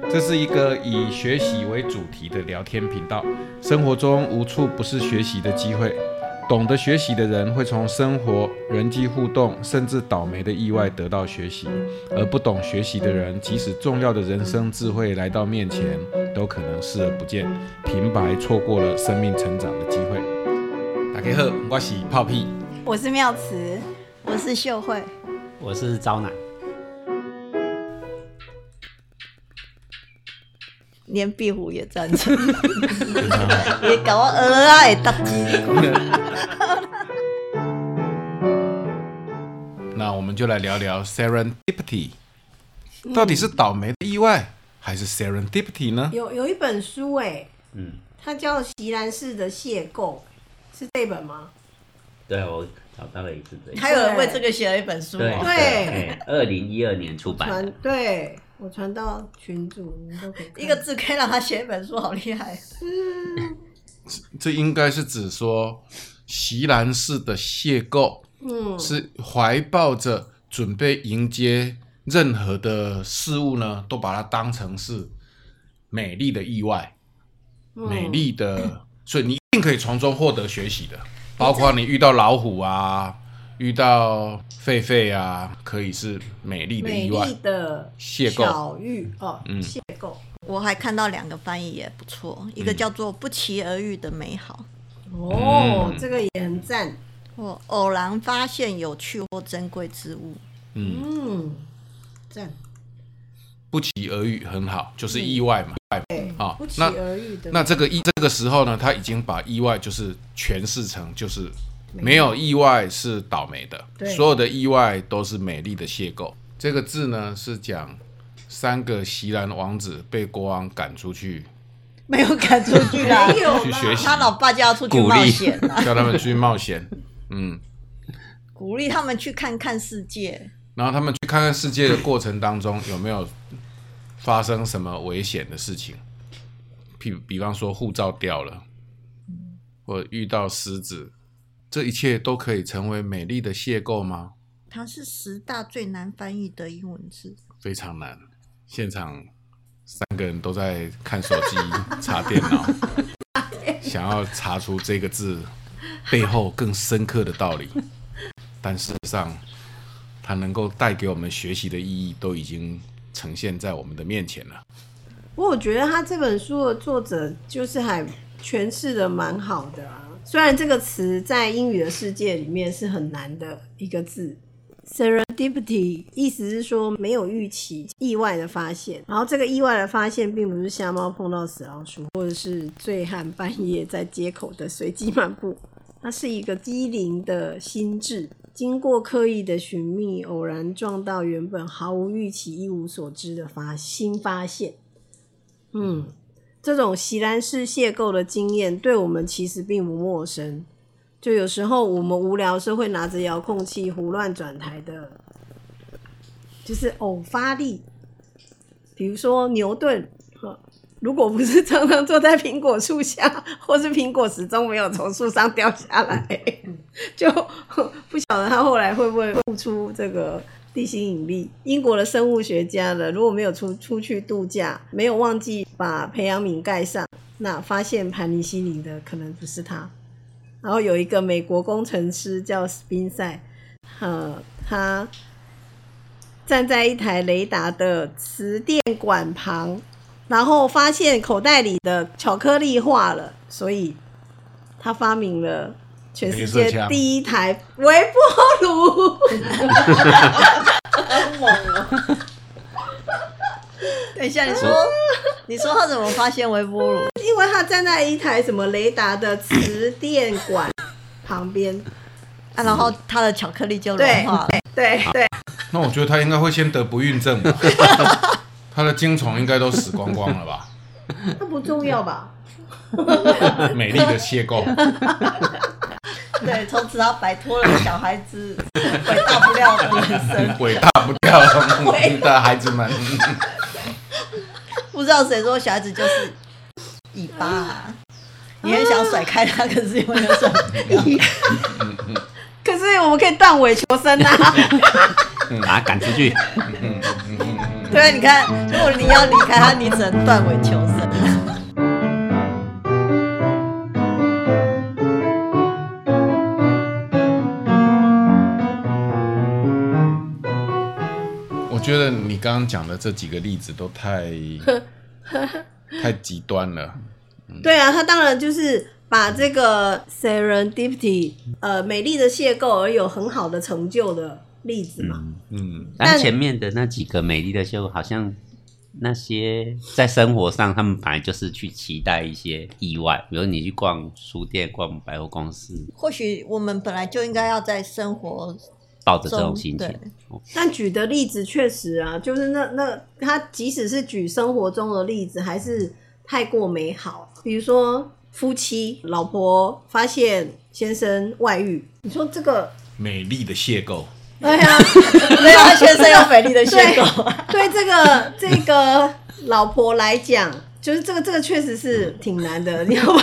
这是一个以学习为主题的聊天频道，生活中无处不是学习的机会。懂得学习的人会从生活、人际互动，甚至倒霉的意外得到学习；而不懂学习的人，即使重要的人生智慧来到面前，都可能视而不见，平白错过了生命成长的机会。大家好，我是泡屁， 我是妙慈，我是秀慧， 我是招奶。 连壁虎也赞成，也搞我鹅啊会搭机。 那我们就来聊聊 serendipity， 到底是倒霉的意外，还是 serendipity 呢？ 有一本书它叫《席兰式的邂逅》，是这本吗？ 对，我找到了一次这一本。 还有人为这个写了一本书哦。 对，2012年出版的。 对，我传到群组，你们都可以看。 一个字可以让他写一本书，好厉害。 这应该是指说席兰式的邂逅，是怀抱着准备迎接任何的事物呢，都把它当成是美丽的意外，美丽的，所以你一定可以从中获得学习的，包括你遇到老虎啊，遇到狒狒啊，可以是美丽的意外， 美丽的邂逅巧遇邂逅。 我还看到2个翻译也不错，一个叫做不期而遇的美好， 这个也很赞。 或偶然发现有趣或珍贵之物， 赞。 不期而遇很好，就是意外嘛。 不期而遇的。 那这个时候呢，他已经把意外就是诠释成就是没有意外是倒霉的，所有的意外都是美丽的邂逅。这个字呢是讲3个席兰王子被国王赶出去， 没有赶出去啦， 去学习， 他老爸就要出去冒险啦， 叫他们去冒险， 鼓励他们去看看世界。 然后他们去看看世界的过程当中，有没有发生什么危险的事情？比方说护照掉了，或遇到狮子，这一切都可以成为美丽的邂逅吗？ 它是10大最难翻译的英文字， 非常难。现场3个人都在看手机、查电脑，想要查出这个字背后更深刻的道理，但事实上，它能够带给我们学习的意义都已经呈现在我们的面前了。 不过我觉得他这本书的作者就是还诠释的蛮好的啊。虽然这个词在英语的世界里面是很难的一个字 ，serendipity 意思是说没有预期、意外的发现。然后这个意外的发现并不是瞎猫碰到死老鼠，或者是醉汉半夜在街口的随机漫步，它是一个机灵的心智。经过刻意的寻觅，偶然撞到原本毫无预期、一无所知的新发现。这种席兰式邂逅的经验对我们其实并不陌生。就有时候我们无聊的时候会拿着遥控器胡乱转台的，就是偶发力。比如说牛顿，如果不是常常坐在苹果树下，或是苹果始终没有从树上掉下来，就不晓得他后来会不会付出这个地心引力。英国的生物学家呢，如果没有出去度假，没有忘记把培养皿盖上，那发现盘尼西林的可能不是他。然后有一个美国工程师叫斯宾塞，他站在一台雷达的磁电管旁，然后发现口袋里的巧克力化了，所以他发明了全世界第一台微波炉。 好猛哦！等一下，你说他怎么发现微波炉？ 因为他站在一台什么雷达的磁电管旁边， 然后他的巧克力就融化了。 对。 那我觉得他应该会先得不孕症吧，他的精虫应该都死光光了吧？ 那不重要吧？ 美丽的邂逅。 对，从此他摆脱了小孩子伟大不了的人生， 伟大不掉的孩子们。 不知道谁说小孩子就是尾巴啊？你很想甩开他，可是又没有甩掉。 可是我们可以断尾求生啊！ 把他赶出去。 对啊，你看，如果你要离开他，你只能断尾求生。 我觉得你刚刚讲的这几个例子都太极端了。 对啊，他当然就是把这个 serendipity 美丽的邂逅而有很好的成就的例子嘛。 但前面的那几个美丽的邂逅，好像那些在生活上，他们本来就是去期待一些意外，比如你去逛书店、逛百货公司， 或许我们本来就应该要在生活抱着这种心情。 但举的例子确实啊，就是那他即使是举生活中的例子，还是太过美好。比如说夫妻，老婆发现先生外遇，你说这个美丽的邂逅。 对啊， 对啊，先生有美丽的邂逅。 对这个老婆来讲，就是这个确实是挺难的，你知道吗？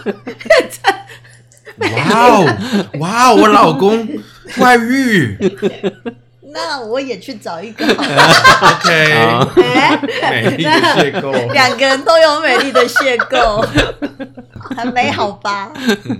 哇哦，我老公外遇。 那我也去找一个好了。OK， 美丽的邂逅， 两个人都有美丽的邂逅，很美好吧？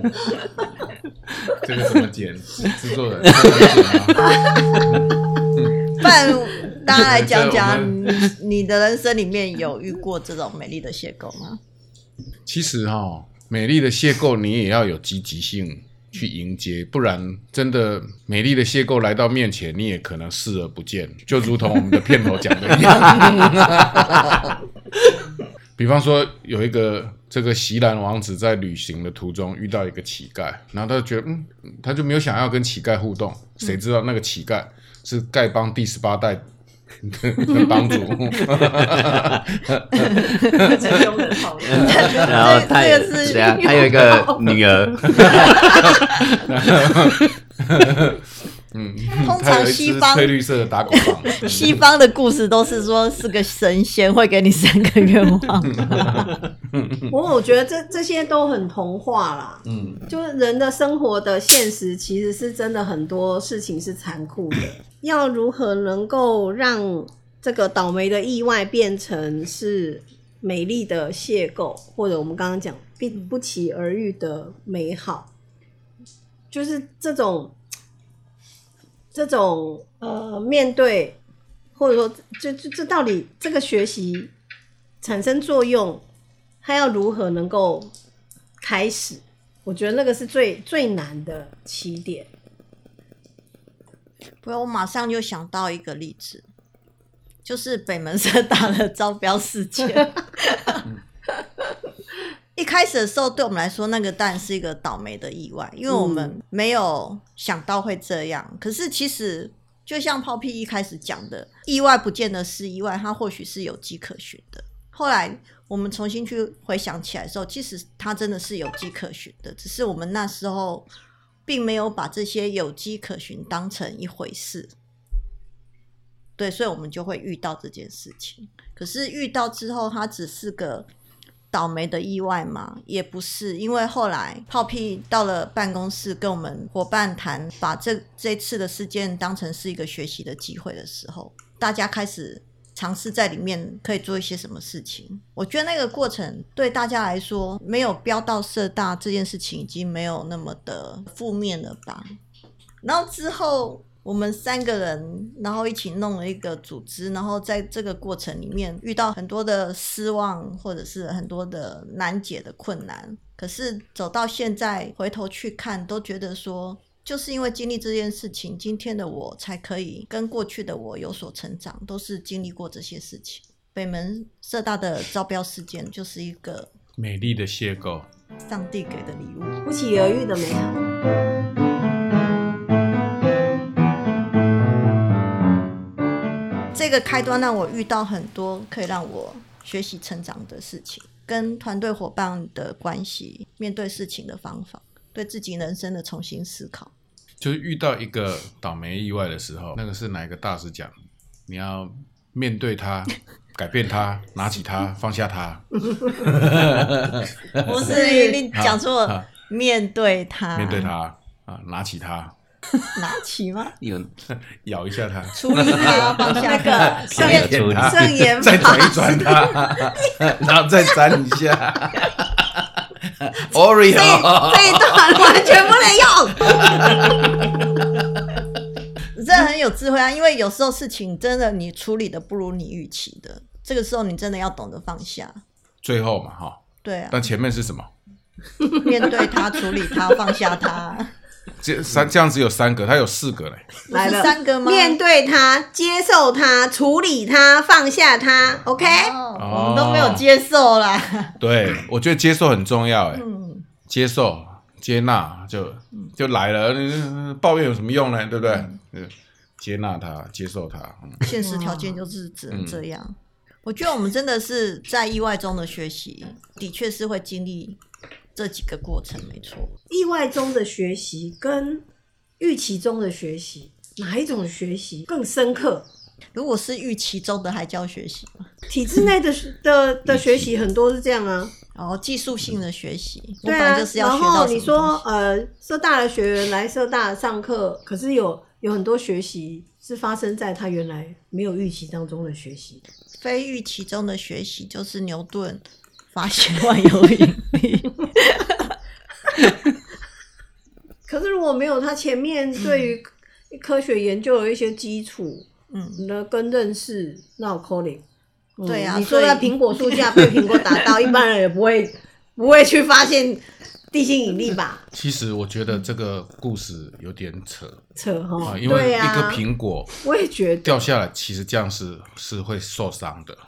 这个怎么剪？制作人怎么剪啊？ 不然大家来讲讲你的人生里面有遇过这种美丽的邂逅吗？ 其实美丽的邂逅你也要有积极性去迎接，不然真的美丽的邂逅来到面前，你也可能视而不见，就如同我们的片头讲的一样。比方说有一个这个锡兰王子在旅行的途中遇到一个乞丐，然后他就觉得他就没有想要跟乞丐互动，谁知道那个乞丐是丐帮第18代的帮主。 然后他有一个女儿。 通常西方翠绿色的打狗棒。 西方的故事都是说是个神仙会给你3个愿望。 不过我觉得这些都很童话啦。就是人的生活的现实其实是真的很多事情是残酷的。要如何能够让这个倒霉的意外变成是美丽的邂逅，或者我们刚刚讲不期而遇的美好，就是这种面对，或者说这到底这个学习产生作用，它要如何能够开始？我觉得那个是最难的起点。 不过我马上就想到一个例子，就是北门社大的招标事件。一开始的时候对我们来说那个当然是一个倒霉的意外，因为我们没有想到会这样。可是其实就像泡屁一开始讲的，意外不见得是意外，它或许是有迹可循的。后来我们重新去回想起来的时候，其实它真的是有迹可循的，只是我们那时候并没有把这些有迹可循当成一回事。对，所以我们就会遇到这件事情。可是遇到之后它只是个倒霉的意外吗？也不是，因为后来泡屁到了办公室跟我们伙伴谈，把这次的事件当成是一个学习的机会的时候，大家开始尝试在里面可以做一些什么事情。我觉得那个过程对大家来说，没有标到社大这件事情已经没有那么的负面了吧。然后之后我们3个人然后一起弄了一个组织，然后在这个过程里面遇到很多的失望，或者是很多的难解的困难。可是走到现在回头去看，都觉得说就是因为经历这件事情，今天的我才可以跟过去的我有所成长，都是经历过这些事情。北门社大的招标事件就是一个美丽的邂逅， 上帝给的礼物， 不期而遇的美好。 这个开端让我遇到很多可以让我学习成长的事情，跟团队伙伴的关系，面对事情的方法，对自己人生的重新思考。 就是遇到一个倒霉意外的时候，那个是哪一个大师讲？你要面对它，改变它，拿起它，放下它。 不是，你讲错了，面对它， 面对它啊，拿起它， 拿起吗？ 有咬一下它， 处理它，放下那个可以处理圣言再法转一转它，然后再沾一下。Oreo 这一段完全不能用。 真的很有智慧啊！因为有时候事情真的你处理的不如你预期的，这个时候你真的要懂得放下。 最后嘛哈， 对啊， 但前面是什么？ 面对它，处理它，放下它。 这样子有3个，它有4个嘞。 来了不是3个吗？ 面对它，接受它，处理它，放下它。OK， 我们都没有接受啦。 对，我觉得接受很重要哎， 嗯， 接受、接纳就来了，抱怨有什么用呢？对不对？接纳它，接受它。 现实条件就是只能这样。我觉得我们真的是在意外中的学习，的确是会经历这几个过程，没错。 意外中的学习跟预期中的学习，哪一种学习更深刻？ 如果是预期中的，还叫学习吗？ 体制内的学习很多是这样啊。 技术性的学习，我对啊， 本来就是要然学到什么后你说东西社大的学员来社大上课，可是有很多学习是发生在他原来没有预期当中的学习。 非预期中的学习，就是牛顿发现万有引力。 可是如果没有他前面对于科学研究有一些基础，跟认识，那有可能。 对啊， 你坐在苹果树下被苹果打到，一般人也不会去发现地心引力吧？ 其实我觉得这个故事有点扯哈， 因为对啊一个苹果我也觉得掉下来，其实这样是会受伤的。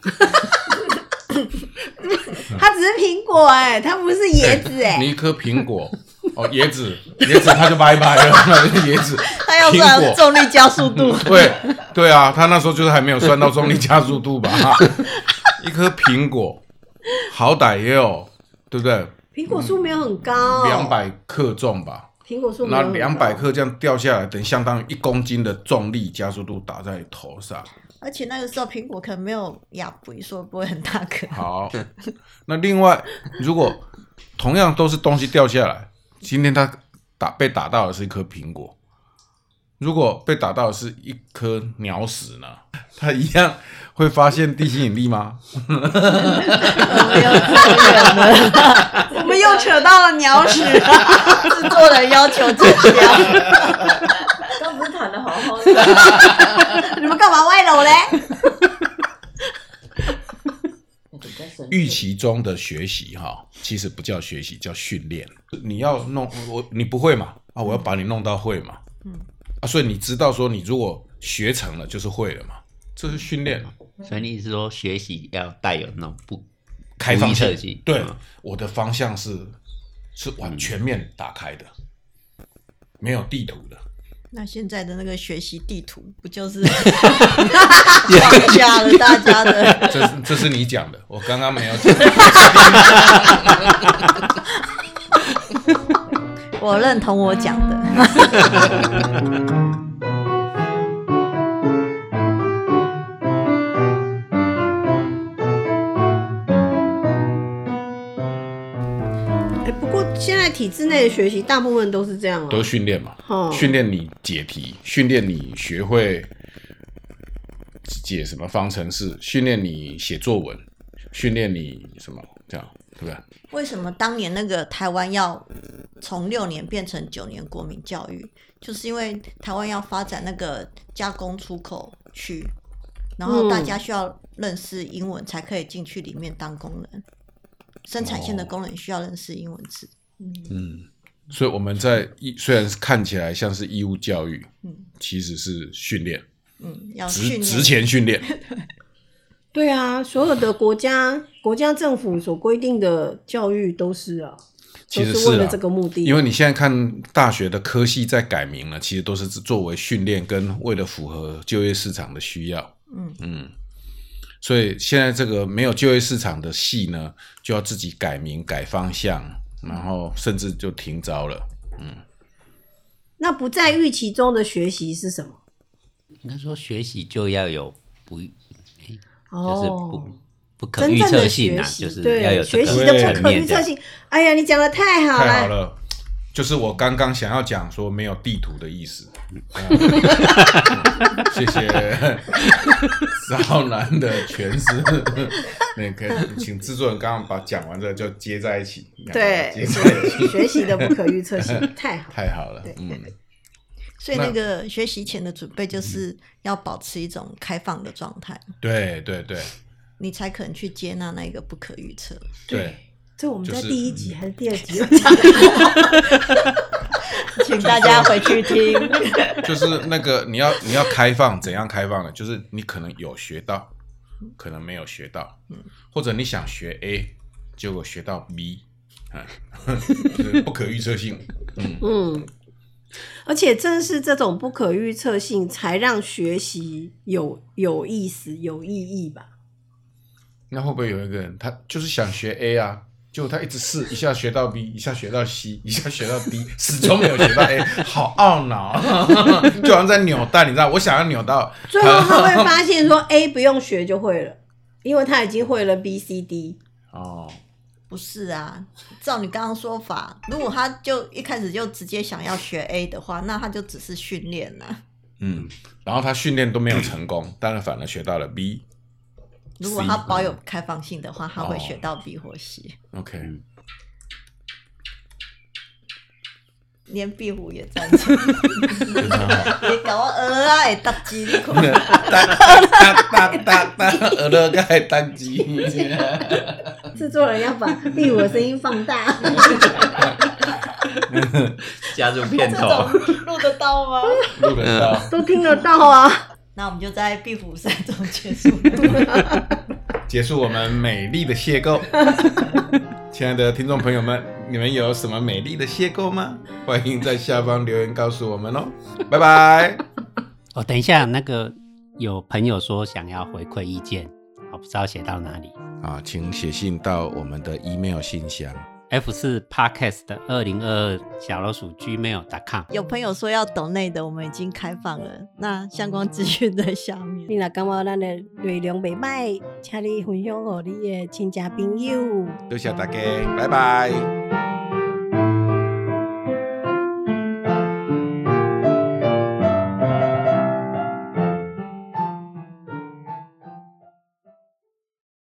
它只是苹果它不是椰子你一颗苹果椰子它就拜拜了，椰子它要算重力加速度。 对啊，他那时候就是还没有算到重力加速度吧？一颗苹果好歹也有，对不对？ 苹果树没有很高 ，200克重吧。 苹果树没有很高， 那200克这样掉下来，等于相当于1公斤的重力加速度打在你头上。 而且那个时候苹果可能没有压不说不会很大颗。 好，那另外如果同样都是东西掉下来，今天他被打到的是一颗苹果，如果被打到的是一颗鸟屎呢？他一样会发现地心引力吗？ 我们又扯到了鸟屎， 制作人要求剪掉。 刚不是谈的好好的， 你们干嘛歪楼嘞？ 预期中的学习其实不叫学习，叫训练。你要弄你不会嘛？我要把你弄到会嘛？所以你知道说你如果学成了就是会了嘛，这是训练。 所以你是说学习要带有那种开放设计？ 对，我的方向是往全面打开的，没有地图的。 那现在的那个学习地图不就是放下了大家的？ 这是你讲的，我刚刚没有讲。 我认同我讲的。 不过现在体制内的学习大部分都是这样都是训练嘛，训练你解题，训练你学会解什么方程式，训练你写作文，训练你什么，这样对不对？ 为什么当年那个台湾要从6年变成9年国民教育，就是因为台湾要发展那个加工出口区，然后大家需要认识英文才可以进去里面当工人，生产线的工人需要认识英文字。 所以我们虽然看起来像是义务教育，其实是训练， 要训练职前训练。 对啊，所有的国家政府所规定的教育都是啊， 其实都是为了这个目的。 因为你现在看大学的科系在改名了，其实都是作为训练跟为了符合就业市场的需要。所以现在这个没有就业市场的系呢，就要自己改名改方向，然后甚至就停招了。 那不在预期中的学习是什么？ 应该说学习就要有就是不可真预正的学测性啊， 习， 就是对要有这个学习的不可层面预测性。哎呀，你讲的太好了， 太好了， 就是我刚刚想要讲说没有地图的意思。谢谢少男的诠释。那可以请制作人刚刚把讲完这就接在一起。 对， 接在一起学习的不可预测性太好， 太好了。 所以那个学习前的准备就是要保持一种开放的状态， 对对对你才可能去接纳那个不可预测。 对， 这我们在第1集还是第2集有讲？ 请大家回去听。 就是那个你要开放，怎样开放呢？就是你可能有学到，可能没有学到，或者你想学 A， 结果学到 B， 就是不可预测性。 而且正是这种不可预测性，才让学习有意思、有意义吧？ 那会不会有一个人，他就是想学 A 啊，结果他一直试，一下学到 B， 一下学到 C， 一下学到 D， 始终没有学到 A， 好懊恼，就好像在扭蛋，你知道，我想要扭到， 最后他会发现说 A 不用学就会了，因为他已经会了 B、C、D。 哦， 不是啊，照你刚刚说法，如果他就一开始就直接想要学 A 的话，那他就只是训练了。 然后他训练都没有成功，但是反而学到了 B。 如果他保有开放性的话，他会学到 B 或 C。 OK， 连壁虎也赞成。你搞我鹅啊，会搭机你看。 哒，鹅乐该单机。 制作人要把壁虎的声音放大。 加入片头， 录得到吗？ 录得到， 都听得到啊。 那我们就在壁虎山中结束。 结束我们美丽的邂逅。亲爱的听众朋友们，你们有什么美丽的邂逅吗？欢迎在下方留言告诉我们哦。拜拜。 等一下，那个有朋友说想要回馈意见，我不知道写到哪里啊，请写信到我们的 email 信箱。 F4podcast2022@gmail.com。 有朋友说要抖内的，我们已经开放了，那相关资讯在下面。 你若感觉咱的内容袂歹，请你分享给你的亲戚朋友。 多谢大家，拜拜。